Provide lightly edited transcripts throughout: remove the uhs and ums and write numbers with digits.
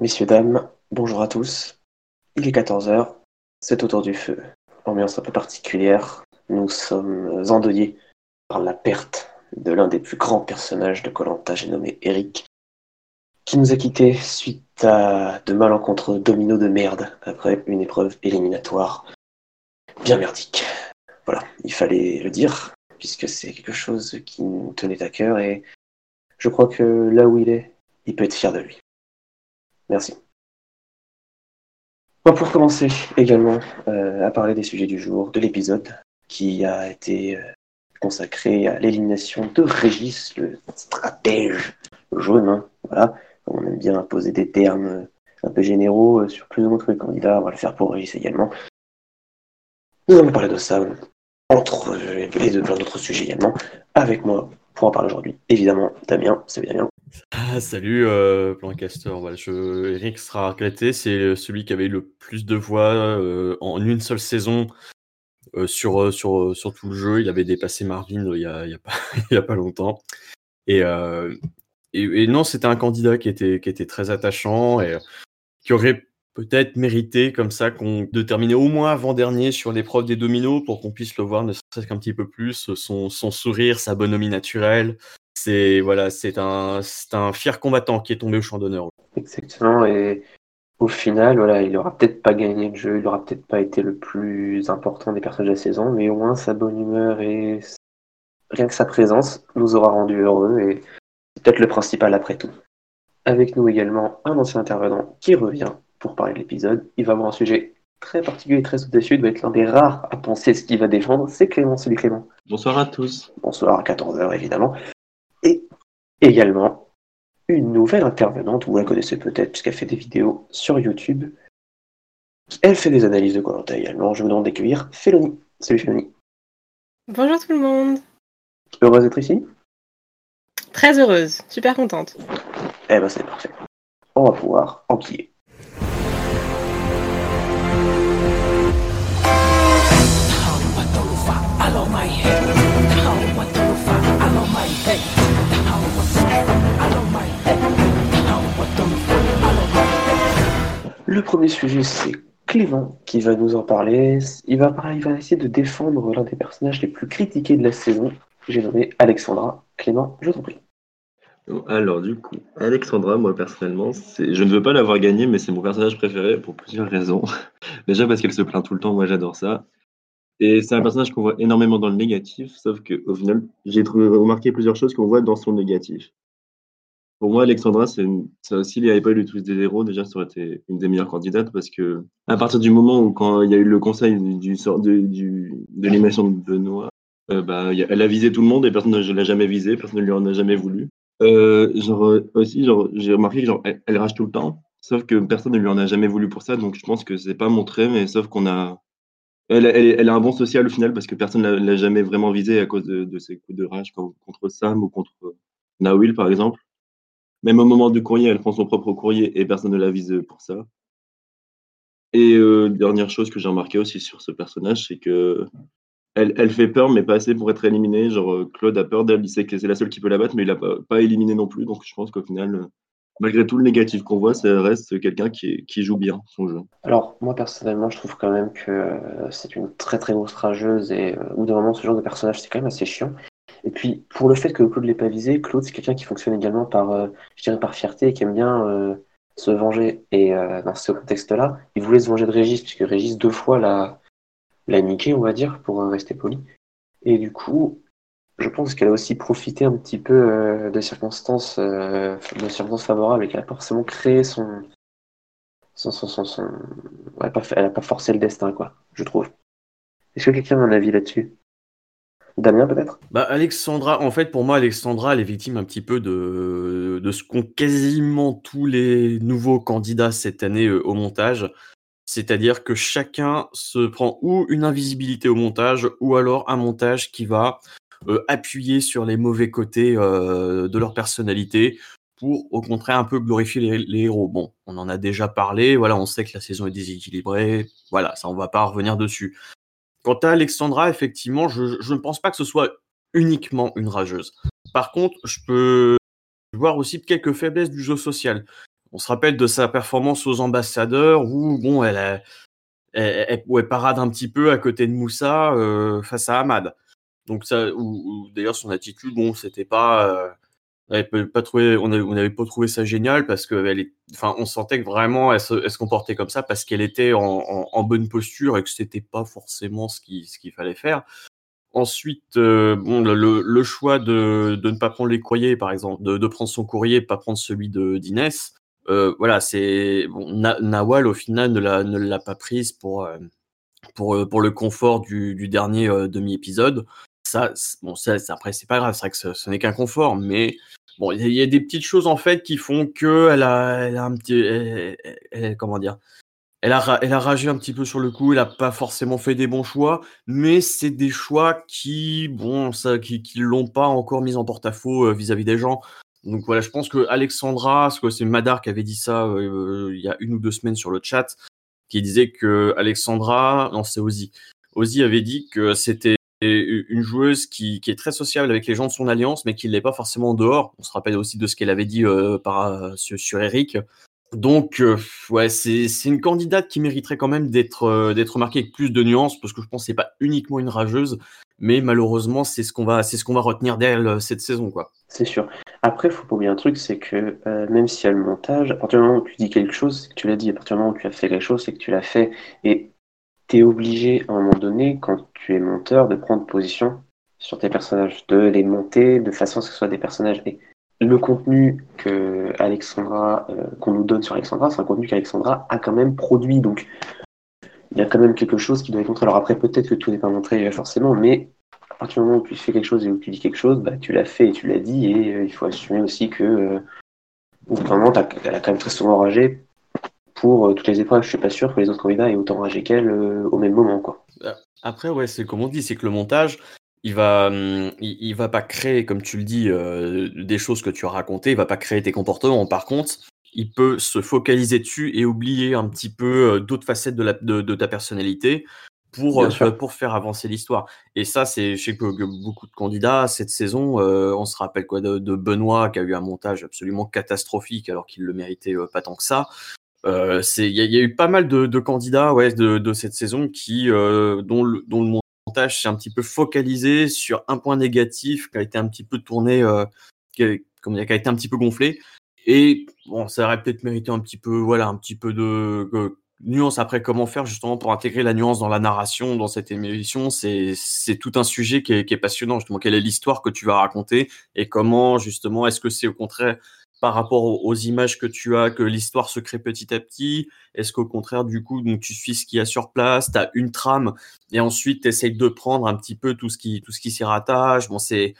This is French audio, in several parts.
Messieurs, dames, bonjour à tous. Il est 14 heures, c'est autour du feu. Ambiance un peu particulière. Nous sommes endeuillés par la perte de l'un des plus grands personnages de koh, j'ai nommé Eric, qui nous a quittés suite à de malencontreux dominos de merde après une épreuve éliminatoire bien merdique. Voilà, il fallait le dire, puisque c'est quelque chose qui nous tenait à cœur et je crois que là où il peut être fier de lui. Merci. Bon, pour commencer également à parler des sujets du jour, de l'épisode qui a été consacré à l'élimination de Régis, le stratège jaune. Hein, voilà, on aime bien poser des termes un peu généraux sur plus ou moins tous les candidats. On va le faire pour Régis également. Nous allons parler de ça, entre et de plein d'autres sujets également. Avec moi pour en parler aujourd'hui, évidemment, Damien. Salut Damien. Salut Plancaster, voilà, Eric sera regretté, c'est celui qui avait eu le plus de voix en une seule saison sur tout le jeu. Il avait dépassé Marvin il y a pas, il y a pas longtemps. Et non, c'était un candidat qui était très attachant et qui aurait peut-être mérité comme ça de terminer au moins avant-dernier sur l'épreuve des dominos pour qu'on puisse le voir ne serait-ce qu'un petit peu plus, son sourire, sa bonhomie naturelle. C'est un fier combattant qui est tombé au champ d'honneur. Exactement, et au final, voilà, il aura peut-être pas gagné le jeu, il aura peut-être pas été le plus important des personnages de la saison, mais au moins sa bonne humeur et rien que sa présence nous aura rendus heureux et c'est peut-être le principal après tout. Avec nous également un ancien intervenant qui revient pour parler de l'épisode. Il va avoir un sujet très particulier et très audacieux, il doit être l'un des rares à penser ce qu'il va défendre. C'est Clément, salut Clément. Bonsoir à tous. Bonsoir à 14h évidemment. Et également une nouvelle intervenante, vous la connaissez peut-être puisqu'elle fait des vidéos sur YouTube. Elle fait des analyses de koh également. Je vous demande d'accueillir Félonie. Salut Félonie. Bonjour tout le monde. Heureuse d'être ici? Très heureuse, super contente. Eh ben c'est parfait. On va pouvoir enquiller. Le premier sujet, c'est Clément qui va nous en parler. Il va essayer de défendre l'un des personnages les plus critiqués de la saison. J'ai nommé Alexandra. Clément, je t'en prie. Alors du coup, Alexandra, moi personnellement, je ne veux pas l'avoir gagnée, mais c'est mon personnage préféré pour plusieurs raisons. Déjà parce qu'elle se plaint tout le temps, moi j'adore ça. Et c'est un personnage qu'on voit énormément dans le négatif, sauf qu'au final, j'ai remarqué plusieurs choses qu'on voit dans son négatif. Pour moi, Alexandra, ça aussi, il n'y avait pas eu le twist des héros, déjà ça aurait été une des meilleures candidates parce que à partir du moment où quand il y a eu le conseil de l'animation de Benoît, elle a visé tout le monde et personne ne l'a jamais visé, personne ne lui en a jamais voulu. J'ai remarqué que elle rage tout le temps, sauf que personne ne lui en a jamais voulu pour ça, donc je pense que c'est pas montré, mais sauf elle a un bon social au final parce que personne l'a jamais vraiment visé à cause de ses coups de rage contre Sam ou contre Nawil par exemple. Même au moment du courrier, elle prend son propre courrier et personne ne la vise pour ça. Et dernière chose que j'ai remarqué aussi sur ce personnage, c'est que elle fait peur, mais pas assez pour être éliminée. Genre, Claude a peur d'elle, il sait que c'est la seule qui peut la battre, mais il l'a pas éliminée non plus. Donc je pense qu'au final, malgré tout le négatif qu'on voit, ça reste quelqu'un qui joue bien son jeu. Alors, moi personnellement, je trouve quand même que c'est une très très grosse rageuse et au bout d'un moment, ce genre de personnage, c'est quand même assez chiant. Et puis, pour le fait que Claude ne l'ait pas visé, Claude, c'est quelqu'un qui fonctionne également je dirais, par fierté et qui aime bien se venger. Et dans ce contexte-là, il voulait se venger de Régis, puisque Régis, 2 fois, l'a niqué, on va dire, pour rester poli. Et du coup, je pense qu'elle a aussi profité un petit peu de circonstances favorables et qu'elle a pas forcément créé son... Elle a pas forcé le destin, quoi, je trouve. Est-ce que quelqu'un a un avis là-dessus? Damien, peut-être? Alexandra, en fait, pour moi, Alexandra, elle est victime un petit peu de ce qu'ont quasiment tous les nouveaux candidats cette année au montage. C'est-à-dire que chacun se prend ou une invisibilité au montage, ou alors un montage qui va appuyer sur les mauvais côtés de leur personnalité pour, au contraire, un peu glorifier les héros. Bon, on en a déjà parlé, voilà, on sait que la saison est déséquilibrée, voilà, ça, on va pas revenir dessus. Quant à Alexandra, effectivement, je ne pense pas que ce soit uniquement une rageuse. Par contre, je peux voir aussi quelques faiblesses du jeu social. On se rappelle de sa performance aux ambassadeurs où bon, elle parade un petit peu à côté de Moussa face à Ahmad. Donc ça, ou d'ailleurs son attitude, bon, c'était pas, on n'avait pas trouvé ça génial parce que on sentait que vraiment elle se comportait comme ça parce qu'elle était en bonne posture et que c'était pas forcément ce qu'il fallait faire. Ensuite, bon, le choix de ne pas prendre les courriers, par exemple, de prendre son courrier, pas prendre celui d'Inès. Voilà, c'est bon, Nawal au final ne l'a pas prise pour le confort du dernier demi-épisode. Ça, après c'est pas grave, c'est vrai que ce n'est qu'un confort, mais bon, il y a des petites choses en fait qui font que elle a un petit, comment dire, elle a ragé un petit peu sur le coup. Elle a pas forcément fait des bons choix, mais c'est des choix qui l'ont pas encore mise en porte-à-faux vis-à-vis des gens. Donc voilà, je pense que Alexandra, parce que c'est Madar qui avait dit ça il y a 1 ou 2 semaines sur le chat, qui disait que Alexandra, non c'est Ozzy. Ozzy avait dit que c'était une joueuse qui est très sociable avec les gens de son alliance, mais qui ne l'est pas forcément en dehors. On se rappelle aussi de ce qu'elle avait dit sur Eric. Donc, ouais, c'est une candidate qui mériterait quand même d'être remarquée avec plus de nuances, parce que je pense que c'est pas uniquement une rageuse, mais malheureusement, c'est ce qu'on va retenir d'elle cette saison, quoi. C'est sûr. Après, faut pas oublier un truc, c'est que même s'il y a le montage, à partir du moment où tu dis quelque chose, c'est que tu l'as dit, à partir du moment où tu as fait quelque chose, c'est que tu l'as fait. Et tu es obligé, à un moment donné, quand tu es monteur, de prendre position sur tes personnages, de les monter de façon à ce que ce soit des personnages. Et le contenu qu'on nous donne sur Alexandra, c'est un contenu qu'Alexandra a quand même produit. Donc, il y a quand même quelque chose qui doit être montré. Alors après, peut-être que tout n'est pas montré forcément, mais à partir du moment où tu fais quelque chose et où tu dis quelque chose, bah, tu l'as fait et tu l'as dit, et il faut assumer aussi que vraiment, elle a quand même très souvent ragé pour toutes les épreuves. Je suis pas sûr que les autres candidats aient autant ragé qu'elle au même moment, quoi. Après, ouais, c'est comme on dit, c'est que le montage, il va pas créer, comme tu le dis, des choses que tu as racontées, il va pas créer tes comportements. Par contre, il peut se focaliser dessus et oublier un petit peu d'autres facettes de ta personnalité pour faire avancer l'histoire. Et ça, je sais que beaucoup de candidats cette saison, on se rappelle quoi de Benoît qui a eu un montage absolument catastrophique alors qu'il le méritait pas tant que ça. Il y a eu pas mal de candidats de cette saison dont le montage s'est un petit peu focalisé sur un point négatif qui a été un petit peu tourné, qui a été un petit peu gonflé. Et bon, ça aurait peut-être mérité un petit peu de nuance. Après, comment faire justement pour intégrer la nuance dans la narration, dans cette émission, c'est tout un sujet qui est passionnant. Justement, quelle est l'histoire que tu vas raconter et comment justement est-ce que c'est au contraire par rapport aux images que tu as, que l'histoire se crée petit à petit? Est-ce qu'au contraire, du coup, donc, tu suis ce qu'il y a sur place, tu as une trame, et ensuite, tu essayes de prendre un petit peu tout ce qui s'y rattache? Bon, c'est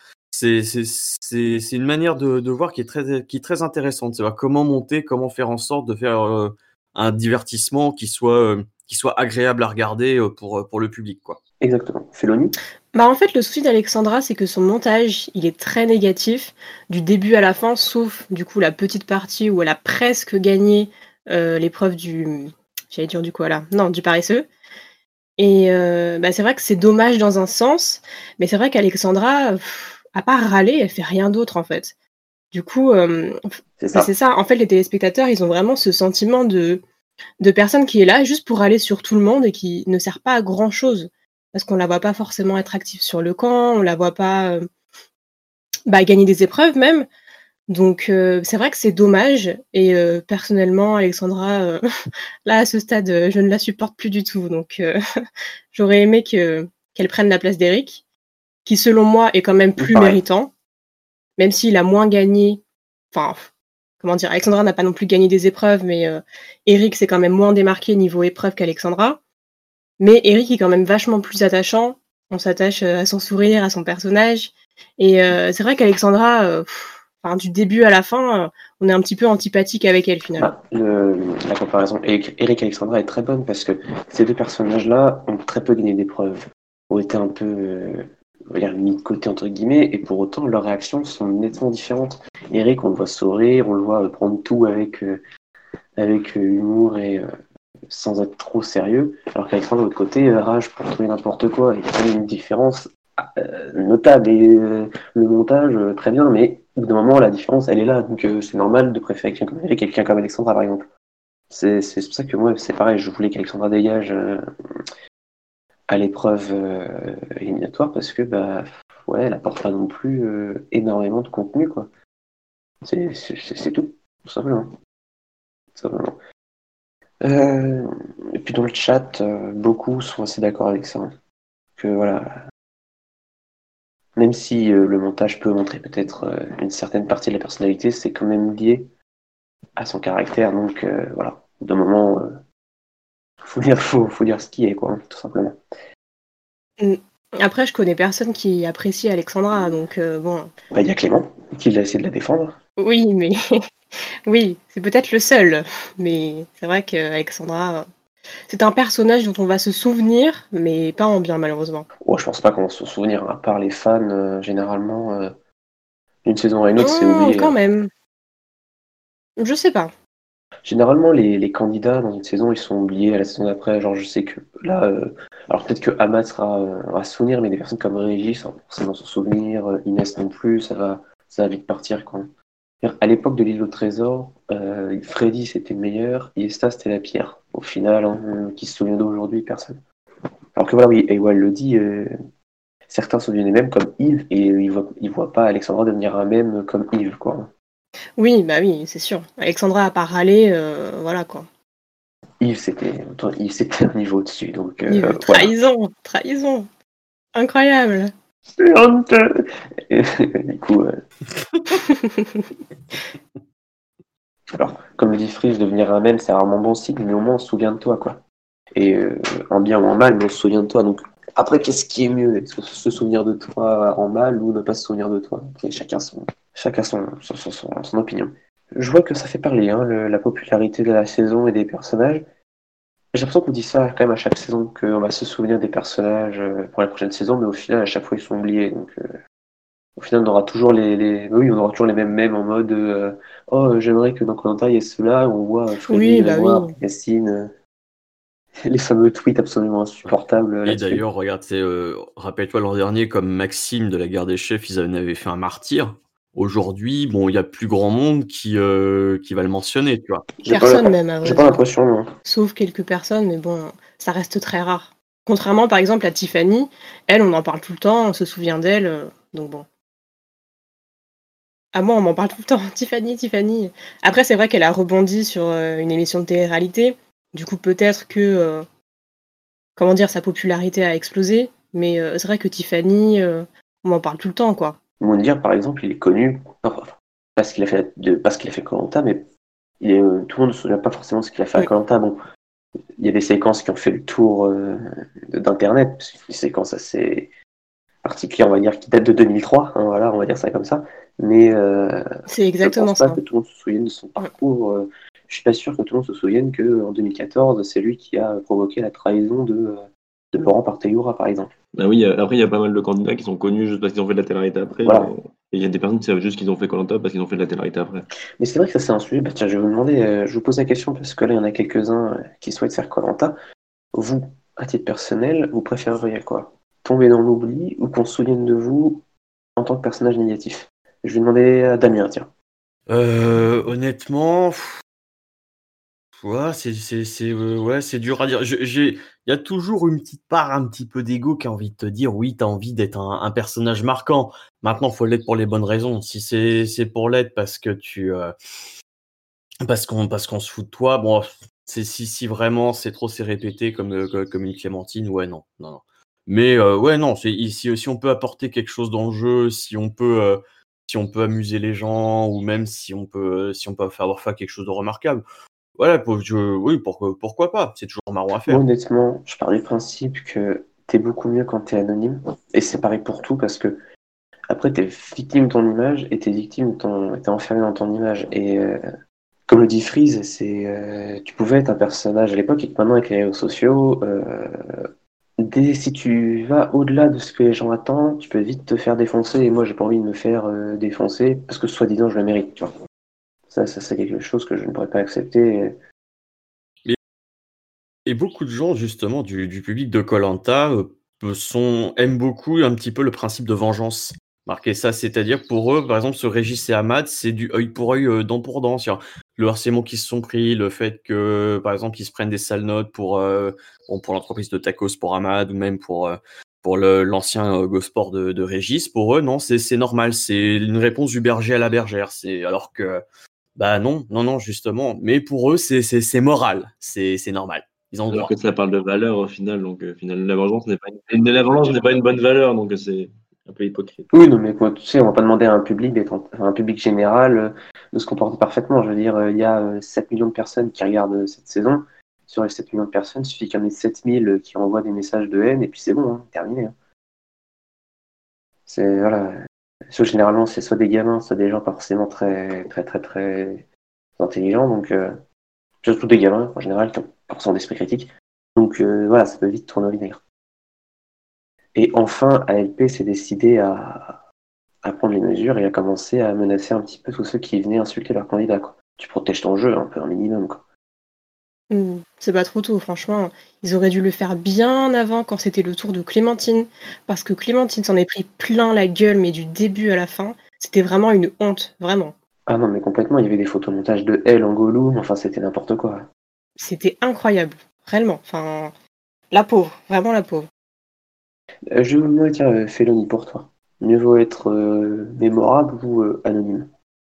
une manière de voir qui est très intéressante. C'est comment monter, comment faire en sorte de faire un divertissement qui soit agréable à regarder pour le public, quoi. Exactement. Félony? Bah en fait, le souci d'Alexandra, c'est que son montage, il est très négatif du début à la fin, sauf du coup la petite partie où elle a presque gagné l'épreuve j'allais dire du koala, non, du paresseux. Et bah, c'est vrai que c'est dommage dans un sens, mais c'est vrai qu'Alexandra, à part râler, elle fait rien d'autre en fait. Du coup, C'est bah, ça. c'est ça. En fait, les téléspectateurs, ils ont vraiment ce sentiment de personne qui est là juste pour râler sur tout le monde et qui ne sert pas à grand chose. Parce qu'on la voit pas forcément être active sur le camp, on la voit pas bah, gagner des épreuves même. Donc c'est vrai que c'est dommage et personnellement Alexandra, là à ce stade, je ne la supporte plus du tout. Donc j'aurais aimé qu'elle prenne la place d'Eric, qui selon moi est quand même plus Pareil. méritant, même s'il a moins gagné. Enfin, comment dire, Alexandra n'a pas non plus gagné des épreuves, mais Eric s'est quand même moins démarqué niveau épreuve qu'Alexandra. Mais Eric est quand même vachement plus attachant. On s'attache à son sourire, à son personnage. Et c'est vrai qu'Alexandra, du début à la fin, on est un petit peu antipathique avec elle finalement. Bah, la comparaison Eric et Alexandra est très bonne parce que ces deux personnages-là ont très peu gagné d'épreuves, ont été un peu on va dire, mis de côté entre guillemets, et pour autant leurs réactions sont nettement différentes. Eric, on le voit sourire, on le voit prendre tout avec humour et sans être trop sérieux, alors qu'Alexandra de l'autre côté rage pour trouver n'importe quoi. Il y a quand même une différence notable et le montage très bien, mais Au bout d'un moment, la différence, elle est là. Donc, c'est normal de préférer quelqu'un comme Alexandra, par exemple. C'est pour ça que moi, c'est pareil, je voulais qu'Alexandra dégage à l'épreuve éliminatoire parce que, bah, ouais, elle apporte pas non plus énormément de contenu, quoi. C'est tout simplement. Tout simplement. Et puis dans le chat, beaucoup sont assez d'accord avec ça, hein. Que voilà, même si le montage peut montrer peut-être une certaine partie de la personnalité, c'est quand même lié à son caractère. Donc voilà, d'un moment, faut dire ce qui est, quoi, tout simplement. Après, je connais personne qui apprécie Alexandra, donc bon. Bah, il y a Clément qui va essayer de la défendre. Oui, mais oui, c'est peut-être le seul. Mais c'est vrai qu'Alexandra, c'est un personnage dont on va se souvenir, mais pas en bien, malheureusement. Oh, je pense pas qu'on va se souvenir, à part les fans, généralement, d'une saison à une autre, c'est oublié, Quand hein. même. Je sais pas. Généralement, les candidats dans une saison, ils sont oubliés à la saison d'après. Genre, je sais que là, alors peut-être que Ahmad va se souvenir, mais des personnes comme Régis, sans forcément s'en souvenir, Inès non plus, ça va vite partir, quoi. À l'époque de l'île au trésor, Freddy c'était le meilleur, Esta c'était la pire. Au final, hein, qui se souvient d'aujourd'hui, personne. Alors que voilà, oui, Ewa le dit, certains se souviennent des mêmes comme Yves, et ils voient pas Alexandra devenir un même comme Yves, quoi. Oui, bah oui, c'est sûr. Alexandra a pas râlé, voilà quoi. Yves c'était un niveau au-dessus, donc Yves, voilà. trahison. Incroyable. C'est honteux. Et, du coup, alors, comme le dit Freeze, devenir un mème, c'est rarement bon signe, mais au moins on se souvient de toi, quoi. Et en bien ou en mal, mais on se souvient de toi. Donc, après, qu'est-ce qui est mieux? Est-ce que se souvenir de toi en mal ou ne pas se souvenir de toi? Après, chacun son opinion. Je vois que ça fait parler, hein, la popularité de la saison et des personnages. J'ai l'impression qu'on dit ça quand même à chaque saison, qu'on va se souvenir des personnages pour la prochaine saison, mais au final, à chaque fois, ils sont oubliés. Donc, au final, on aura toujours oui, on aura toujours les mêmes mèmes en mode oh, j'aimerais que dans koh il y ait ceux-là, où on voit Freddy, Oui, bah Grégoire, oui. Yacine, les fameux tweets absolument insupportables Et là-dessus. d'ailleurs, regarde, rappelle-toi l'an dernier, comme Maxime de la guerre des chefs, ils en avaient fait un martyr. Aujourd'hui, bon, il y a plus grand monde qui va le mentionner, tu vois. Personne même, à J'ai vrai pas dire. l'impression, non. Sauf quelques personnes, mais bon, ça reste très rare. Contrairement, par exemple, à Tiffany, elle, on en parle tout le temps, on se souvient d'elle, donc bon. Ah moi, on m'en parle tout le temps, Tiffany. Après, c'est vrai qu'elle a rebondi sur une émission de télé-réalité. Du coup, peut-être que, comment dire, sa popularité a explosé. Mais c'est vrai que Tiffany, on m'en parle tout le temps, quoi. Moundir, par exemple, il est connu parce qu'il a fait koh mais tout le monde ne se souvient pas forcément de ce qu'il a fait à Mm. koh. Bon, il y a des séquences qui ont fait le tour d'internet, parce que c'est une séquence assez particulière, on va dire, qui date de 2003, hein, voilà, on va dire ça comme ça. Mais C'est je pense exactement pas ça. que tout le monde se souvienne de son Mm. parcours. Je suis pas sûr que tout le monde se souvienne qu'en 2014, c'est lui qui a provoqué la trahison de Laurent Parteilloura, par exemple. Bah oui, après, il y a pas mal de candidats qui sont connus juste parce qu'ils ont fait de la télé-réalité après. Voilà. Et il y a des personnes qui savent juste qu'ils ont fait koh parce qu'ils ont fait de la télé-réalité après. Mais c'est vrai que ça, c'est un sujet. Bah, tiens, je vais vous demander, je vous pose la question parce que là, il y en a quelques-uns qui souhaitent faire koh. Vous, à titre personnel, vous préféreriez quoi? Tomber dans l'oubli ou qu'on se souvienne de vous en tant que personnage négatif? Je vais demander à Damien, tiens. Honnêtement, ouais, c'est dur à dire. Il y a toujours une petite part un petit peu d'ego qui a envie de te dire oui, t'as envie d'être un personnage marquant. Maintenant, faut l'être pour les bonnes raisons. Si c'est pour l'être parce que parce qu'on se fout de toi, bon, si vraiment c'est répété comme une Clémentine, ouais, non. Mais ouais, non, si on peut apporter quelque chose dans le jeu, si on peut amuser les gens, ou même si on peut faire quelque chose de remarquable. Voilà, oui, pourquoi pas? C'est toujours marrant à Moi, faire. honnêtement, je pars du principe que t'es beaucoup mieux quand t'es anonyme. Et c'est pareil pour tout parce que après, t'es victime de ton image et t'es enfermé dans ton image. Et comme le dit Freeze, tu pouvais être un personnage à l'époque et que maintenant avec les réseaux sociaux, si tu vas au-delà de ce que les gens attendent, tu peux vite te faire défoncer. Et moi, j'ai pas envie de me faire défoncer parce que soi-disant je le mérite. Tu vois. Ça, c'est quelque chose que je ne pourrais pas accepter. Et beaucoup de gens, justement, du public de koh aiment beaucoup un petit peu le principe de vengeance. Marquer ça, c'est-à-dire pour eux, par exemple, ce Régis et Ahmad, c'est du œil pour œil, dent pour dent. C'est-à-dire, le harcèlement qu'ils se sont pris, le fait que, par exemple, ils se prennent des sales notes pour l'entreprise de tacos pour Ahmad ou même pour l'ancien Gosport de Régis, pour eux, non, c'est normal. C'est une réponse du berger à la bergère. Alors que, bah non, justement. Mais pour eux, c'est moral. C'est normal. Ils ont le Alors droit. que ça parle de valeur au final, donc au final, la vengeance la vengeance n'est pas une bonne valeur, donc c'est un peu hypocrite. Oui, non, mais quoi, tu sais, on va pas demander à un public un public général de se comporter parfaitement. Je veux dire, il y a 7 millions de personnes qui regardent cette saison. Sur les 7 millions de personnes, il suffit qu'il y en ait 7000 qui envoient des messages de haine et puis c'est bon, hein, terminé. Hein. C'est, voilà. Soit généralement, c'est soit des gamins, soit des gens pas forcément très, très, très, très intelligents. Donc, surtout des gamins, en général, qui ont pas forcément d'esprit critique. Donc, voilà, ça peut vite tourner au vinaigre. Et enfin, ALP s'est décidé à prendre les mesures et à commencer à menacer un petit peu tous ceux qui venaient insulter leur candidat, quoi. Tu protèges ton jeu un peu, un minimum, quoi. C'est pas trop tôt, franchement. Ils auraient dû le faire bien avant, quand c'était le tour de Clémentine, parce que Clémentine s'en est pris plein la gueule, mais du début à la fin. C'était vraiment une honte, vraiment. Ah non, mais complètement, il y avait des photomontages de elle en Gollum, enfin, c'était n'importe quoi. C'était incroyable, réellement. Enfin, la pauvre, vraiment la pauvre. Je vais vous dire, Félony, pour toi. Mieux vaut être mémorable ou anonyme?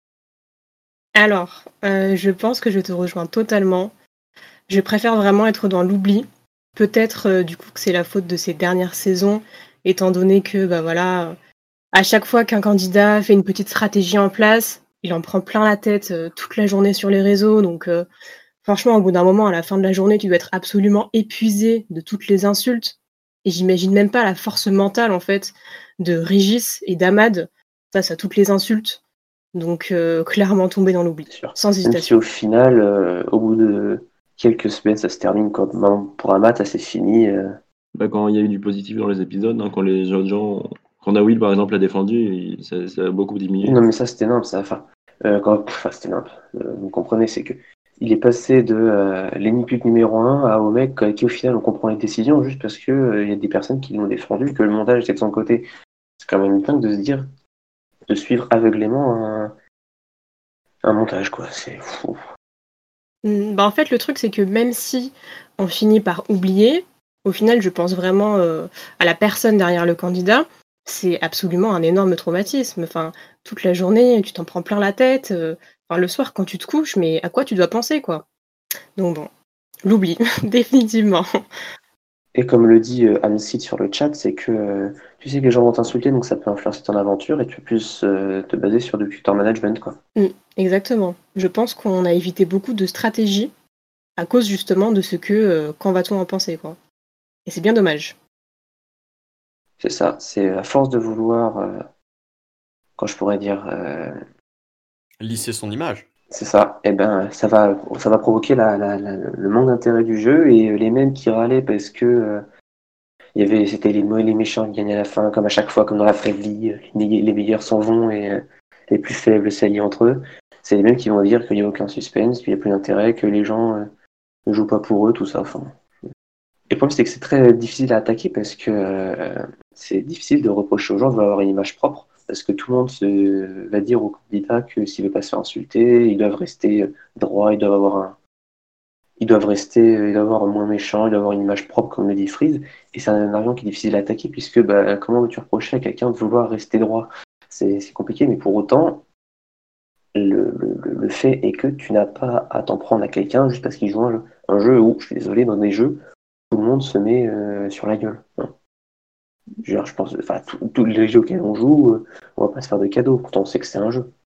Alors, je pense que je te rejoins totalement. Je préfère vraiment être dans l'oubli. Peut-être, du coup, que c'est la faute de ces dernières saisons, étant donné que, bah voilà, à chaque fois qu'un candidat fait une petite stratégie en place, il en prend plein la tête toute la journée sur les réseaux. Donc, franchement, au bout d'un moment, à la fin de la journée, tu dois être absolument épuisé de toutes les insultes. Et j'imagine même pas la force mentale, en fait, de Régis et d'Ahmad face à toutes les insultes. Donc, clairement tombé dans l'oubli, C'est sûr. sans Même si hésitation. au final, au bout de quelques semaines, ça se termine comme pour un mat, ça c'est fini. Bah, quand il y a eu du positif dans les épisodes, hein, quand les autres gens, quand Nawil par exemple l'a défendu, ça a beaucoup diminué. Non, mais ça c'était nimp, ça. Enfin, c'était nimp. Vous comprenez, c'est que il est passé de l'ennemi public numéro un à au mec qui au final on comprend les décisions juste parce que il y a des personnes qui l'ont défendu, que le montage était de son côté. C'est quand même dingue de se dire, de suivre aveuglément un montage, quoi. C'est fou. Bah, en fait, le truc, c'est que même si on finit par oublier, au final, je pense vraiment à la personne derrière le candidat. C'est absolument un énorme traumatisme. Enfin, toute la journée, tu t'en prends plein la tête. Enfin, le soir, quand tu te couches, mais à quoi tu dois penser, quoi? Donc bon, l'oubli, définitivement. Et comme le dit Anne-Cid sur le chat, c'est que tu sais que les gens vont t'insulter, donc ça peut influencer ton aventure et tu peux plus te baser sur du tutor management, quoi. Exactement. Je pense qu'on a évité beaucoup de stratégies à cause justement de ce que qu'en va-t-on en penser, quoi. Et c'est bien dommage. C'est ça, c'est à force de vouloir, quand je pourrais dire, Lisser son image. c'est ça, et ben ça va provoquer le manque d'intérêt du jeu et les mêmes qui râlaient parce que c'était les méchants qui gagnaient à la fin, comme à chaque fois, comme dans la vraie vie, les meilleurs s'en vont et les plus faibles s'allient entre eux. C'est les mêmes qui vont dire qu'il n'y a aucun suspense, qu'il n'y a plus d'intérêt, que les gens ne jouent pas pour eux, tout ça. Enfin. Et le problème, c'est que c'est très difficile à attaquer parce que c'est difficile de reprocher aux gens de vouloir avoir une image propre. Parce que tout le monde va dire aux candidats que s'ils ne veulent pas se faire insulter, ils doivent rester droits, ils doivent avoir moins méchant, ils doivent avoir une image propre, comme le dit Freeze. Et c'est un argument qui est difficile à attaquer puisque comment veux-tu reprocher à quelqu'un de vouloir rester droit? C'est compliqué, mais pour autant, le fait est que tu n'as pas à t'en prendre à quelqu'un juste parce qu'il joue un jeu. Un jeu où, je suis désolé, dans des jeux, tout le monde se met sur la gueule. Hein. Genre, je pense, enfin, tous les jeux auxquels on joue, on va pas se faire de cadeaux, pourtant on sait que c'est un jeu.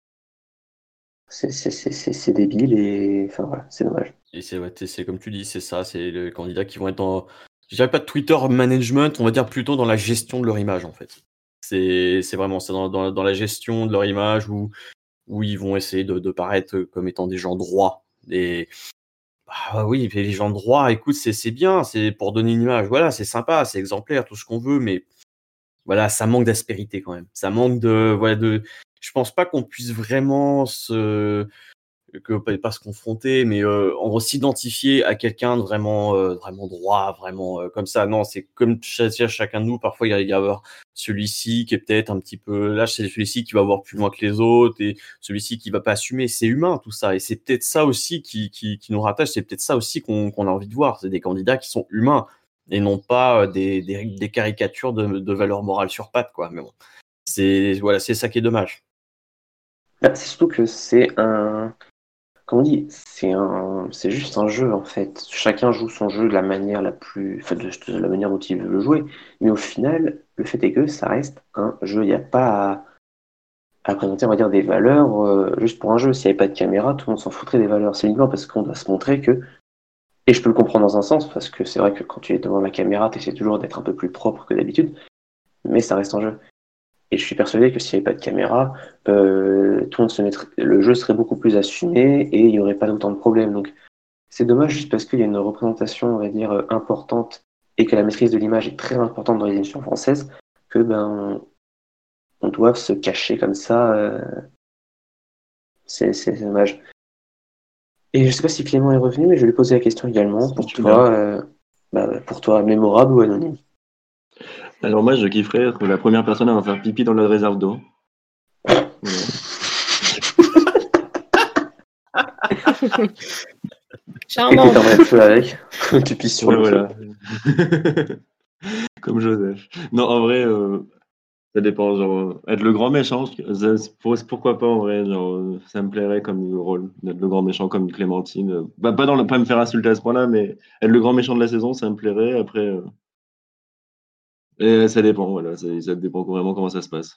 C'est débile et enfin voilà, c'est dommage. Et c'est comme tu dis, c'est ça, c'est les candidats qui vont être dans, je dirais pas de Twitter management, on va dire plutôt dans la gestion de leur image en fait. C'est vraiment ça, dans la gestion de leur image où ils vont essayer de paraître comme étant des gens droits. Et bah oui, mais les gens droits, écoute, c'est bien, c'est pour donner une image, voilà, c'est sympa, c'est exemplaire, tout ce qu'on veut, mais voilà, ça manque d'aspérité quand même. Ça manque de, voilà, je pense pas qu'on puisse vraiment pas se confronter, mais en gros s'identifier à quelqu'un de vraiment droit, vraiment comme ça. Non, c'est comme chacun de nous. Parfois, il y a avoir celui-ci qui est peut-être un petit peu lâche, c'est celui-ci qui va voir plus loin que les autres, et celui-ci qui va pas assumer. C'est humain tout ça, et c'est peut-être ça aussi qui nous rattache. C'est peut-être ça aussi qu'on a envie de voir. C'est des candidats qui sont humains et non pas des caricatures de valeurs morales sur pattes, quoi. Mais bon, c'est ça qui est dommage. C'est surtout que c'est un. Comment on dit? C'est juste un jeu en fait. Chacun joue son jeu de la manière la plus. Enfin, de la manière dont il veut le jouer. Mais au final, le fait est que ça reste un jeu. Il n'y a pas à présenter, on va dire, des valeurs juste pour un jeu. S'il n'y avait pas de caméra, tout le monde s'en foutrait des valeurs. C'est uniquement parce qu'on doit se montrer que. Et je peux le comprendre dans un sens, parce que c'est vrai que quand tu es devant la caméra, tu essaies toujours d'être un peu plus propre que d'habitude. Mais ça reste un jeu. Et je suis persuadé que s'il n'y avait pas de caméra, tout le monde le jeu serait beaucoup plus assumé et il n'y aurait pas d'autant de problèmes. Donc c'est dommage juste parce qu'il y a une représentation, on va dire, importante et que la maîtrise de l'image est très importante dans les émissions françaises, que on doit se cacher comme ça. C'est dommage. Et je sais pas si Clément est revenu, mais je vais lui poser la question également. Pour toi, mémorable ou anonyme? Alors moi, je kifferais être la première personne à en faire pipi dans la réserve d'eau. Voilà. Et Charmant. tu t'en le feu avec. Tu pisses sur Ouais, le voilà. feu. Comme Joseph. Non, en vrai, ça dépend. Genre, être le grand méchant, pourquoi pas en vrai. Genre, ça me plairait comme rôle d'être le grand méchant comme Clémentine. Pas me faire insulter à ce point-là, mais être le grand méchant de la saison, ça me plairait. Après, et ça dépend. Voilà, ça dépend vraiment comment ça se passe.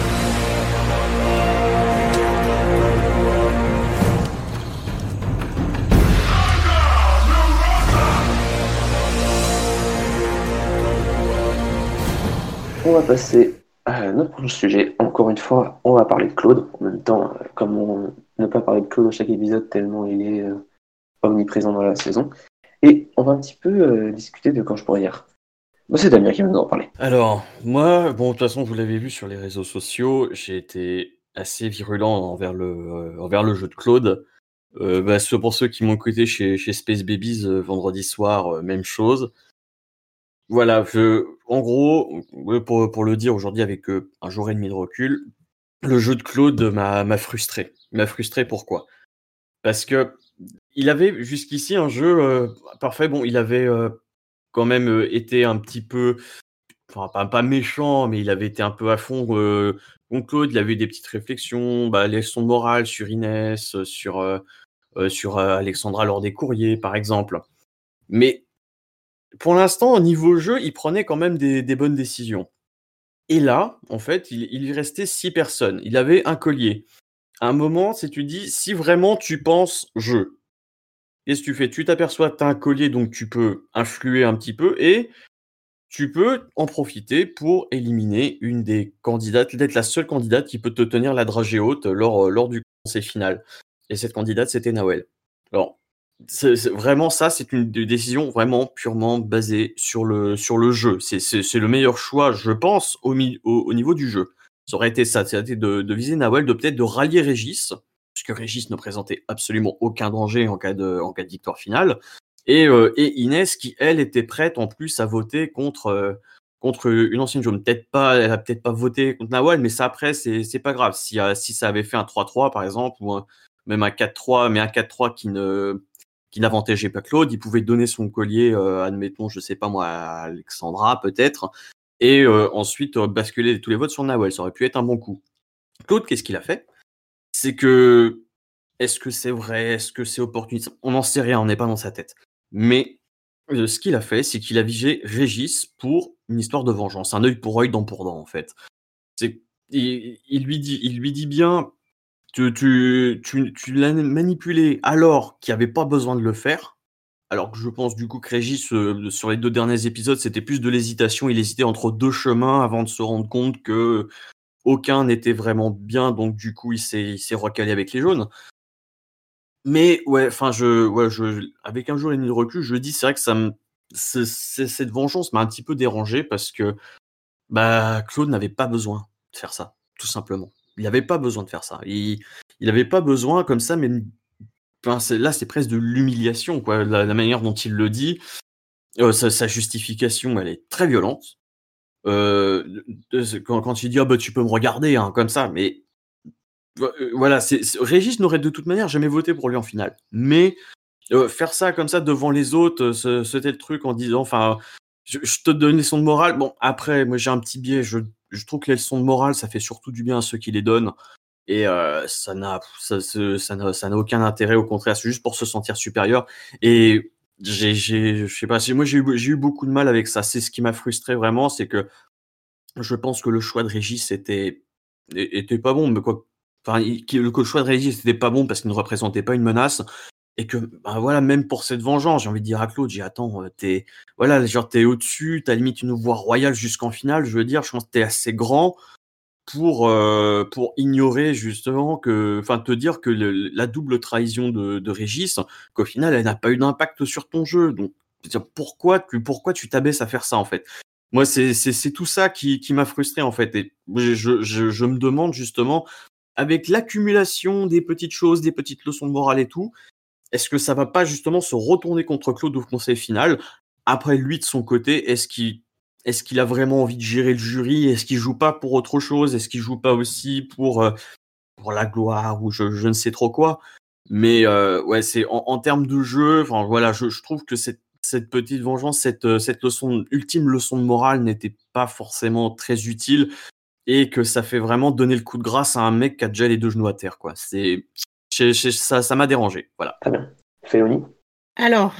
On va passer à notre prochain sujet. Encore une fois, on va parler de Claude. En même temps, comment ne pas parler de Claude dans chaque épisode tellement il est omniprésent dans la saison. Et on va un petit peu discuter de Quand je pourrais hier. C'est Damien qui va nous en parler. Alors, moi, bon, de toute façon, vous l'avez vu sur les réseaux sociaux, j'ai été assez virulent envers le jeu de Claude. Pour ceux qui m'ont écouté chez Space Babies vendredi soir, même chose. Voilà, en gros, pour le dire aujourd'hui avec un jour et demi de recul, le jeu de Claude m'a frustré. Il m'a frustré pourquoi? Parce que il avait jusqu'ici un jeu parfait. Bon, il avait quand même été un petit peu, enfin pas méchant, mais il avait été un peu à fond contre Claude. Il avait eu des petites réflexions, les leçons de morale sur Inès, sur Alexandra lors des courriers, par exemple. Mais pour l'instant, au niveau jeu, il prenait quand même des bonnes décisions. Et là, en fait, il lui restait 6 personnes. Il avait un collier. À un moment, si tu dis, si vraiment tu penses jeu, qu'est-ce que tu fais? Tu t'aperçois que tu as un collier, donc tu peux influer un petit peu et tu peux en profiter pour éliminer une des candidates, d'être la seule candidate qui peut te tenir la dragée haute lors du conseil final. Et cette candidate, c'était Nawel. Alors, vraiment, ça, c'est une décision vraiment purement basée sur le jeu. C'est le meilleur choix, je pense, au niveau du jeu. Ça aurait été ça, c'était de viser Nawel, de peut-être de rallier Régis, puisque Régis ne présentait absolument aucun danger en cas de victoire finale. Et Inès qui, elle, était prête en plus à voter contre une ancienne jaune. Elle a peut-être pas voté contre Nawal, mais ça après, c'est pas grave. Si ça avait fait un 3-3 par exemple, ou même un 4-3, mais un 4-3 qui n'avantageait pas Claude, il pouvait donner son collier, admettons, je sais pas moi, à Alexandra peut-être, et ensuite basculer tous les votes sur Nawal. Ça aurait pu être un bon coup. Claude, qu'est-ce qu'il a fait? C'est que, est-ce que c'est vrai? Est-ce que c'est opportuniste? On n'en sait rien, on n'est pas dans sa tête. Mais ce qu'il a fait, c'est qu'il a visé Régis pour une histoire de vengeance, un œil pour œil, dent pour dent, en fait. Il lui dit bien, tu l'as manipulé alors qu'il n'y avait pas besoin de le faire. Alors que je pense du coup que Régis, sur les 2 derniers épisodes, c'était plus de l'hésitation. Il hésitait entre 2 chemins avant de se rendre compte que aucun n'était vraiment bien, donc du coup il s'est recalé avec les jaunes. Mais ouais, enfin avec un jour et demi de recul, je dis, c'est vrai que cette vengeance m'a un petit peu dérangé parce que Claude n'avait pas besoin de faire ça, tout simplement. Il n'avait pas besoin de faire ça. Il n'avait pas besoin comme ça, mais là, c'est presque de l'humiliation, quoi. La manière dont il le dit, sa justification, elle est très violente. Quand il dit ah bah tu peux me regarder hein, comme ça, mais voilà, Régis n'aurait de toute manière jamais voté pour lui en finale. Mais faire ça comme ça devant les autres, c'était le truc en disant, enfin, je te donne les leçons de morale. Bon, après, moi j'ai un petit biais, je trouve que les leçons de morale, ça fait surtout du bien à ceux qui les donnent. Et ça n'a aucun intérêt, au contraire, c'est juste pour se sentir supérieur. Et je sais pas, moi j'ai eu beaucoup de mal avec ça. C'est ce qui m'a frustré vraiment, c'est que je pense que le choix de Régis était pas bon, mais quoi. Enfin, que le choix de Régis était pas bon parce qu'il ne représentait pas une menace. Et que, bah voilà, même pour cette vengeance, j'ai envie de dire à Claude, attends, voilà, genre, t'es au-dessus, t'as limite une voie royale jusqu'en finale, je veux dire, je pense que t'es assez grand pour ignorer justement enfin, te dire que la double trahison de Régis, qu'au final, elle n'a pas eu d'impact sur ton jeu. Donc, pourquoi tu t'abaisses à faire ça, en fait? Moi, c'est tout ça qui m'a frustré, en fait. Et je me demande justement, avec l'accumulation des petites choses, des petites leçons de morale et tout, est-ce que ça va pas justement se retourner contre Claude au conseil final? Après, lui, de son côté, est-ce qu'il a vraiment envie de gérer le jury? Est-ce qu'il joue pas pour autre chose? Est-ce qu'il joue pas aussi pour la gloire ou je ne sais trop quoi? Mais ouais, c'est en termes de jeu, enfin voilà, je trouve que cette petite vengeance, cette ultime leçon de morale n'était pas forcément très utile et que ça fait vraiment donner le coup de grâce à un mec qui a déjà les 2 genoux à terre, quoi. Ça m'a dérangé, voilà. Très bien. Félonie? Alors,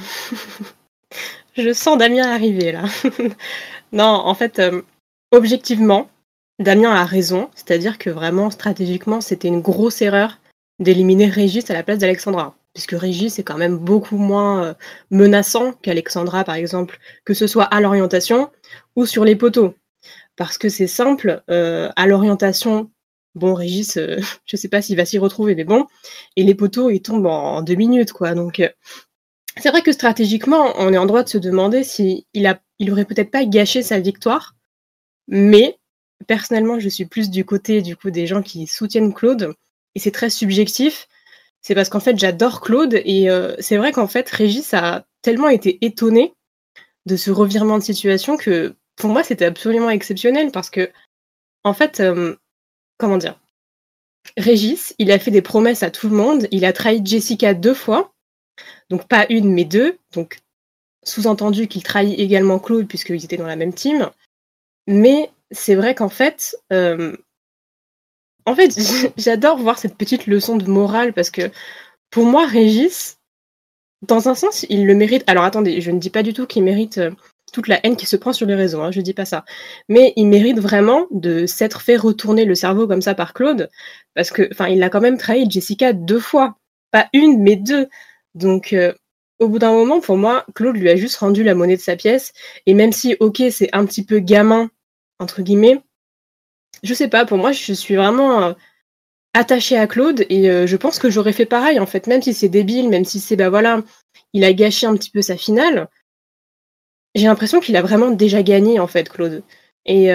je sens Damien arriver là. Non, en fait, objectivement, Damien a raison. C'est-à-dire que vraiment, stratégiquement, c'était une grosse erreur d'éliminer Régis à la place d'Alexandra. Puisque Régis est quand même beaucoup moins menaçant qu'Alexandra, par exemple, que ce soit à l'orientation ou sur les poteaux. Parce que c'est simple, à l'orientation, bon, Régis, je sais pas s'il va s'y retrouver, mais bon. Et les poteaux, ils tombent en 2 minutes, quoi. Donc, c'est vrai que stratégiquement, on est en droit de se demander s'il aurait peut-être pas gâché sa victoire. Mais personnellement, je suis plus du côté du coup des gens qui soutiennent Claude. Et c'est très subjectif. C'est parce qu'en fait, j'adore Claude. Et c'est vrai qu'en fait, Régis a tellement été étonné de ce revirement de situation que pour moi, c'était absolument exceptionnel. Parce que, en fait, comment dire, Régis, il a fait des promesses à tout le monde. Il a trahi Jessica 2 fois. Donc pas une, mais 2. Donc sous-entendu qu'il trahit également Claude puisqu'ils étaient dans la même team. Mais c'est vrai qu'en fait, j'adore voir cette petite leçon de morale parce que pour moi, Régis, dans un sens, il le mérite. Alors attendez, je ne dis pas du tout qu'il mérite toute la haine qui se prend sur les réseaux, hein, je dis pas ça. Mais il mérite vraiment de s'être fait retourner le cerveau comme ça par Claude parce que, enfin, il a quand même trahi Jessica 2 fois. Pas une, mais 2. Donc, au bout d'un moment, pour moi, Claude lui a juste rendu la monnaie de sa pièce. Et même si, ok, c'est un petit peu gamin, entre guillemets, je sais pas, pour moi, je suis vraiment attachée à Claude et je pense que j'aurais fait pareil, en fait, même si c'est débile, même si c'est, bah voilà, il a gâché un petit peu sa finale. J'ai l'impression qu'il a vraiment déjà gagné, en fait, Claude. Et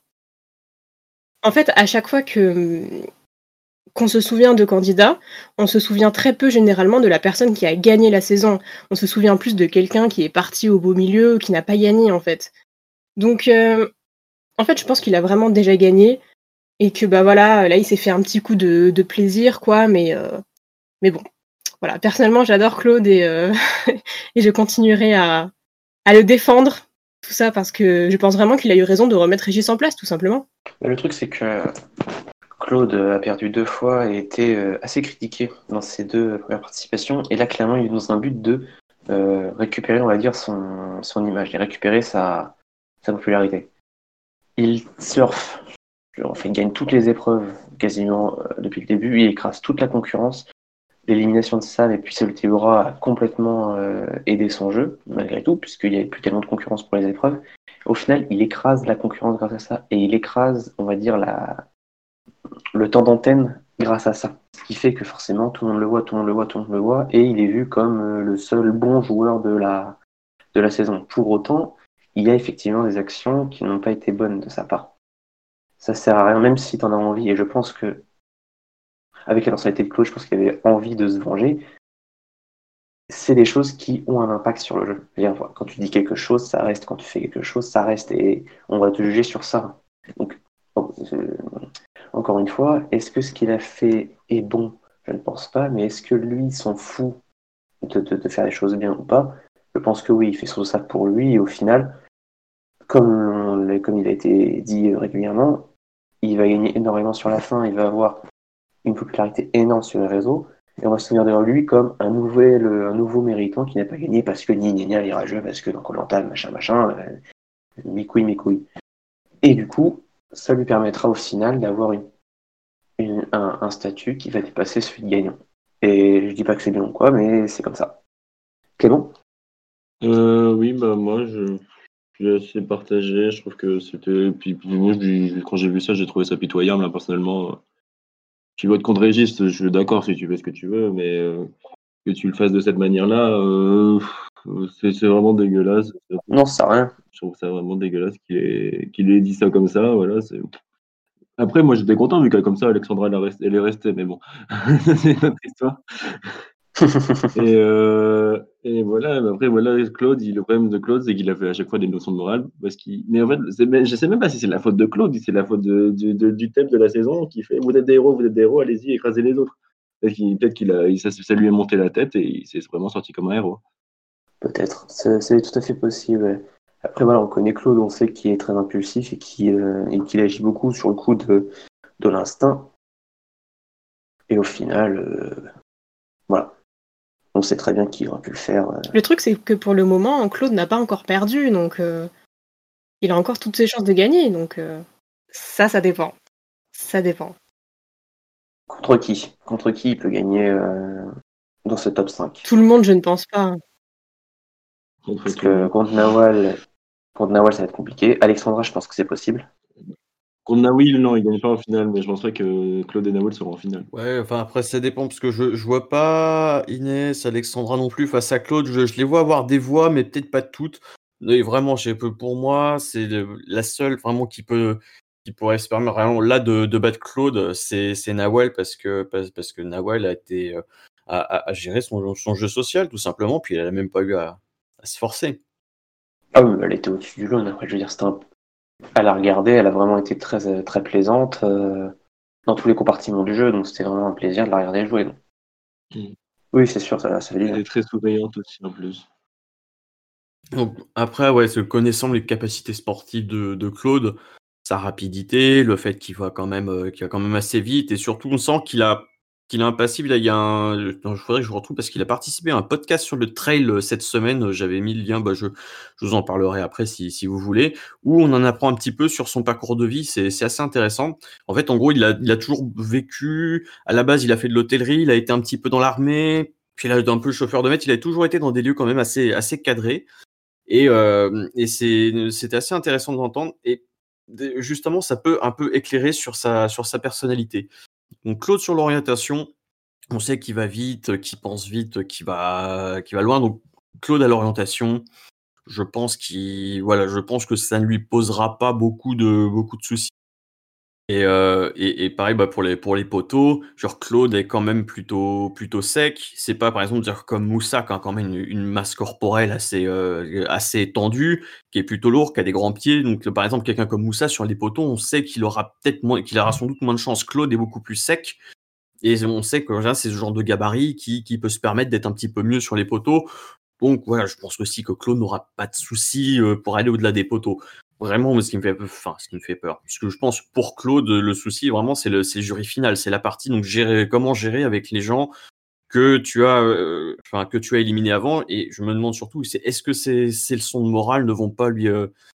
en fait, à chaque fois qu'on se souvient de candidats, on se souvient très peu généralement de la personne qui a gagné la saison. On se souvient plus de quelqu'un qui est parti au beau milieu, qui n'a pas gagné en fait. Donc, en fait, je pense qu'il a vraiment déjà gagné et que bah voilà, là il s'est fait un petit coup de plaisir quoi, mais bon, voilà. Personnellement, j'adore Claude et et je continuerai à le défendre tout ça parce que je pense vraiment qu'il a eu raison de remettre Régis en place tout simplement. Le truc, c'est que Claude a perdu 2 fois et été assez critiqué dans ses 2 premières participations. Et là, clairement, il est dans un but de récupérer, on va dire, son image et récupérer sa popularité. Il surfe, enfin, il gagne toutes les épreuves quasiment depuis le début. Il écrase toute la concurrence. L'élimination de Sam et puis celle de Théora a complètement aidé son jeu, malgré tout, puisqu'il n'y avait plus tellement de concurrence pour les épreuves. Au final, il écrase la concurrence grâce à ça. Et il écrase, on va dire, le temps d'antenne grâce à ça. Ce qui fait que forcément, tout le monde le voit, tout le monde le voit, tout le monde le voit, et il est vu comme le seul bon joueur de la saison. Pour autant, il y a effectivement des actions qui n'ont pas été bonnes de sa part. Ça sert à rien, même si tu en as envie, et je pense que avec la personnalité de Claude, je pense qu'il avait envie de se venger, c'est des choses qui ont un impact sur le jeu. C'est-à-dire, quand tu dis quelque chose, ça reste. Quand tu fais quelque chose, ça reste. Et on va te juger sur ça. Donc, encore une fois, est-ce que ce qu'il a fait est bon? Je ne pense pas. Mais est-ce que lui s'en fout de faire les choses bien ou pas? Je pense que oui, il fait surtout ça pour lui. Et au final, comme il a été dit régulièrement, il va gagner énormément sur la fin. Il va avoir une popularité énorme sur les réseaux. Et on va se souvenir de lui comme un nouveau méritant qui n'a pas gagné parce que ni les rageux, parce que dans Koh-Lanta, machin, mes couilles. Et du coup, ça lui permettra au final d'avoir un statut qui va dépasser celui de gagnant. Et je dis pas que c'est bien ou quoi, mais c'est comme ça. Clément? Oui, bah moi, je suis assez partagé. Je trouve que c'était. Puis moi, quand j'ai vu ça, j'ai trouvé ça pitoyable, là, personnellement. Tu votes contre Régis, je suis d'accord si tu fais ce que tu veux, mais que tu le fasses de cette manière-là, c'est vraiment dégueulasse. Non, ça sert à rien. Je trouve ça vraiment dégueulasse qu'il ait dit ça comme ça. Voilà, après, moi, j'étais content vu qu'elle comme ça, Alexandra, elle est restée, mais bon, c'est une autre histoire. Et voilà, mais après, voilà, Claude, le problème de Claude, c'est qu'il a fait à chaque fois des leçons de morale. Mais en fait, je sais même pas si c'est la faute de Claude, si c'est la faute du thème de la saison qui fait vous êtes des héros, allez-y, écrasez les autres. Peut-être ça lui est monté la tête et il s'est vraiment sorti comme un héros. Peut-être. C'est tout à fait possible. Ouais. Après, voilà, on connaît Claude, on sait qu'il est très impulsif et qu'il agit beaucoup sur le coup de l'instinct. Et au final, voilà. On sait très bien qu'il aurait pu le faire. Le truc, c'est que pour le moment, Claude n'a pas encore perdu, donc il a encore toutes ses chances de gagner. Donc ça dépend. Ça dépend. Contre qui? Contre qui il peut gagner dans ce top 5? Tout le monde, je ne pense pas. Parce que contre Nawal, ça va être compliqué. Alexandra, je pense que c'est possible. Contre Nawil, non, il gagne pas en finale, mais je pense pas que Claude et Nawil seront en finale. Ouais, enfin après ça dépend parce que je vois pas Inès, Alexandra non plus face à Claude. Je les vois avoir des voix, mais peut-être pas toutes. Et vraiment, pour moi, c'est la seule vraiment qui pourrait se permettre vraiment là de battre Claude, c'est Nawal parce que Nawal a été à gérer son jeu social tout simplement, puis elle a même pas eu à se forcer. Ah oui, elle était au-dessus du lot. Après, je veux dire, à la regarder, elle a vraiment été très, très plaisante dans tous les compartiments du jeu, donc c'était vraiment un plaisir de la regarder jouer. Donc. Oui, c'est sûr, ça fait Elle est très souriante aussi en plus. Donc, après, ouais, connaissant les capacités sportives de Claude, sa rapidité, le fait qu'il va quand même assez vite, et surtout on sent qu'il a un passif. Là, il y a non, je faudrait que je retrouve parce qu'il a participé à un podcast sur le trail cette semaine. J'avais mis le lien, je vous en parlerai après si vous voulez, où on en apprend un petit peu sur son parcours de vie. C'est assez intéressant. En fait, en gros, il a toujours vécu. À la base, il a fait de l'hôtellerie, il a été un petit peu dans l'armée, puis il a été un peu chauffeur de maître. Il a toujours été dans des lieux quand même assez cadrés. Et c'était assez intéressant de l'entendre. Et justement, ça peut un peu éclairer sur sa personnalité. Donc Claude sur l'orientation, on sait qu'il va vite, qu'il pense vite, qu'il va loin. Donc Claude à l'orientation, je pense que ça ne lui posera pas beaucoup de soucis. Et pareil pour les poteaux, genre Claude est quand même plutôt sec. C'est pas par exemple dire comme Moussa qui a quand même une masse corporelle assez étendue, qui est plutôt lourd, qui a des grands pieds. Donc par exemple quelqu'un comme Moussa sur les poteaux, on sait qu'il aura sans doute moins de chance. Claude est beaucoup plus sec. Et on sait que là, c'est ce genre de gabarit qui peut se permettre d'être un petit peu mieux sur les poteaux. Donc voilà, je pense aussi que Claude n'aura pas de soucis pour aller au-delà des poteaux. Vraiment, ce qui me fait peur. Parce que je pense pour Claude, le souci vraiment, c'est le jury final, c'est la partie. Donc comment gérer avec les gens que tu as éliminés avant. Et je me demande surtout, est-ce que ces leçons de morale ne vont pas lui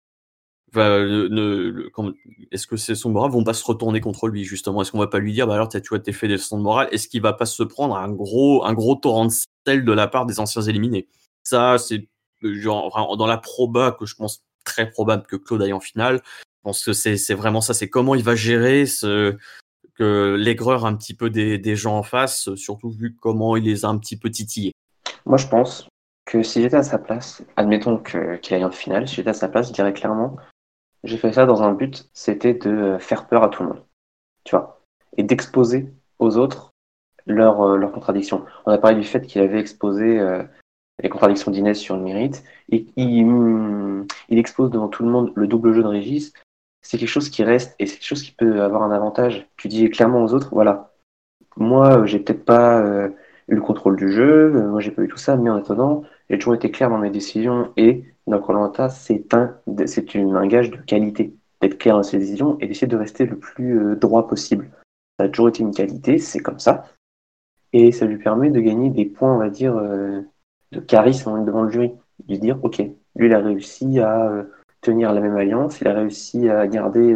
est-ce que ces leçons de morale vont pas se retourner contre lui justement? Est-ce qu'on va pas lui dire alors t'es fait des leçons de morale? Est-ce qu'il va pas se prendre un gros torrent de sel de la part des anciens éliminés? Ça, c'est genre dans la proba que je pense très probable que Claude aille en finale. Je pense que c'est vraiment ça. C'est comment il va gérer que l'aigreur un petit peu des gens en face, surtout vu comment il les a un petit peu titillés. Moi, je pense que si j'étais à sa place, admettons qu'il aille en finale, si j'étais à sa place, je dirais clairement, j'ai fait ça dans un but, c'était de faire peur à tout le monde, tu vois, et d'exposer aux autres leurs contradictions. On a parlé du fait qu'il avait exposé les contradictions d'Inès sur le mérite, et il expose devant tout le monde le double jeu de Régis. C'est quelque chose qui reste, et c'est quelque chose qui peut avoir un avantage. Tu dis clairement aux autres, voilà, moi, j'ai peut-être pas eu le contrôle du jeu, moi j'ai pas eu tout ça, mais en attendant, j'ai toujours été clair dans mes décisions, et dans Koh-Lanta, un gage de qualité, d'être clair dans ses décisions et d'essayer de rester le plus droit possible. Ça a toujours été une qualité, c'est comme ça, et ça lui permet de gagner des points, on va dire, de charisme devant le jury. De dire, ok, lui il a réussi à tenir la même alliance, il a réussi à garder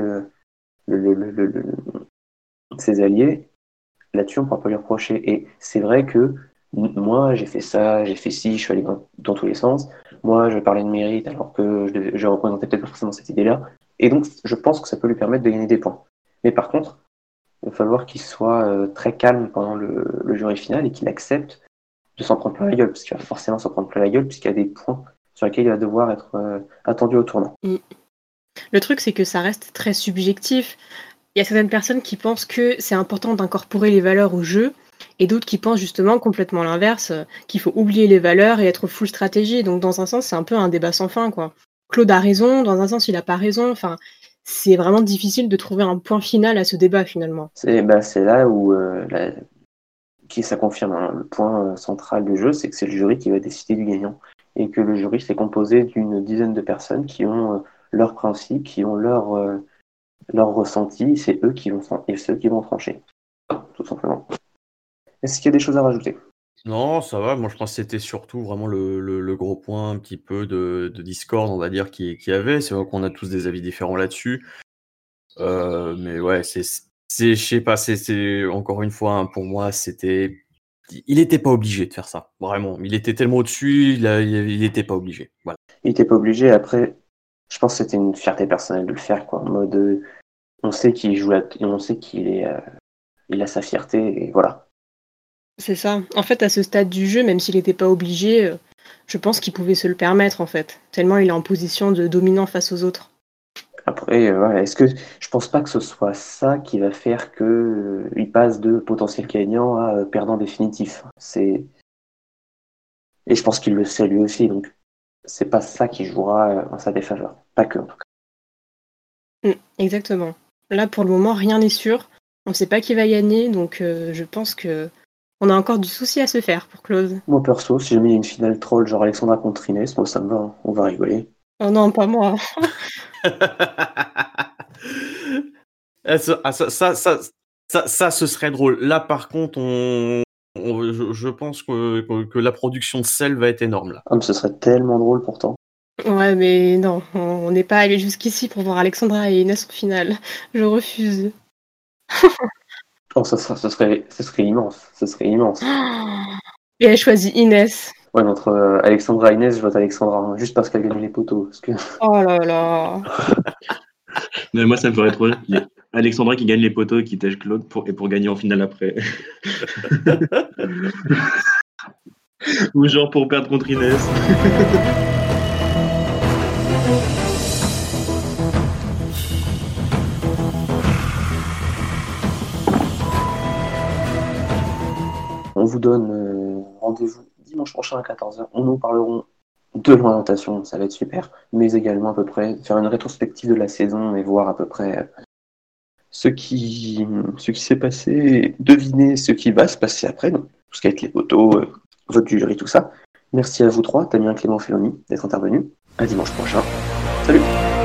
ses alliés. Là-dessus, on ne pourra pas lui reprocher. Et c'est vrai que moi, j'ai fait ça, j'ai fait ci, je suis allé dans tous les sens. Moi, je parlais de mérite alors que je représentais peut-être pas forcément cette idée-là. Et donc, je pense que ça peut lui permettre de gagner des points. Mais par contre, il va falloir qu'il soit très calme pendant le jury final et qu'il accepte de s'en prendre plein la gueule, parce qu'il va forcément s'en prendre plein la gueule, puisqu'il y a des points sur lesquels il va devoir être attendu au tournant. Le truc, c'est que ça reste très subjectif. Il y a certaines personnes qui pensent que c'est important d'incorporer les valeurs au jeu, et d'autres qui pensent justement complètement l'inverse, qu'il faut oublier les valeurs et être full stratégie. Donc dans un sens, c'est un peu un débat sans fin, quoi. Claude a raison, dans un sens, il a pas raison. Enfin, c'est vraiment difficile de trouver un point final à ce débat, finalement. C'est là où ça confirme, hein, le point central du jeu, c'est que c'est le jury qui va décider du gagnant. Et que le jury, c'est composé d'une dizaine de personnes qui ont leurs principes, qui ont leur ressenti, c'est eux qui vont trancher, tout simplement. Est-ce qu'il y a des choses à rajouter? Non, ça va. Moi, je pense que c'était surtout vraiment le gros point un petit peu de discorde, on va dire, qu'il y avait. C'est vrai qu'on a tous des avis différents là-dessus. Mais ouais, je sais pas, c'est encore une fois, hein, pour moi, il n'était pas obligé de faire ça, vraiment. Il était tellement au-dessus, il n'était pas obligé. Voilà. Il n'était pas obligé. Après, je pense que c'était une fierté personnelle de le faire, quoi. En mode, on sait qu'il joue, on sait il a sa fierté, et voilà. C'est ça. En fait, à ce stade du jeu, même s'il n'était pas obligé, je pense qu'il pouvait se le permettre, en fait. Tellement il est en position de dominant face aux autres. Après, voilà, je pense pas que ce soit ça qui va faire que il passe de potentiel gagnant à perdant définitif. Et je pense qu'il le sait lui aussi, donc c'est pas ça qui jouera en sa défaveur. Pas que, en tout cas. Exactement. Là, pour le moment, rien n'est sûr. On ne sait pas qui va gagner, donc je pense que on a encore du souci à se faire pour Claude. Moi perso, si jamais il y a une finale troll genre Alexandra contre Inès, moi ça me va, hein. On va rigoler. Oh non, pas moi. Ça, ce serait drôle. Là, par contre, je pense que la production de sel va être énorme là. Ah, mais ce serait tellement drôle pourtant. Ouais, mais non, on n'est pas allé jusqu'ici pour voir Alexandra et Inès au final. Je refuse. Oh, ce serait immense. Ce serait immense. Et elle choisit Inès. Ouais, mais entre Alexandra et Inès, je vote Alexandra, hein, juste parce qu'elle gagne les poteaux. Parce que... Oh là là. Mais moi, ça me ferait trop rire. Il y a Alexandra qui gagne les poteaux et qui tèche Claude pour gagner en finale après. Ou genre pour perdre contre Inès. On vous donne rendez-vous dimanche prochain à 14h. On nous parlerons de l'orientation, ça va être super, mais également à peu près faire une rétrospective de la saison et voir à peu près ce qui s'est passé, deviner ce qui va se passer après, donc tout ce qui va être les poteaux, vote du jury, tout ça. Merci à vous trois, Damien, Clément, Félony, d'être intervenus. À dimanche prochain. Salut!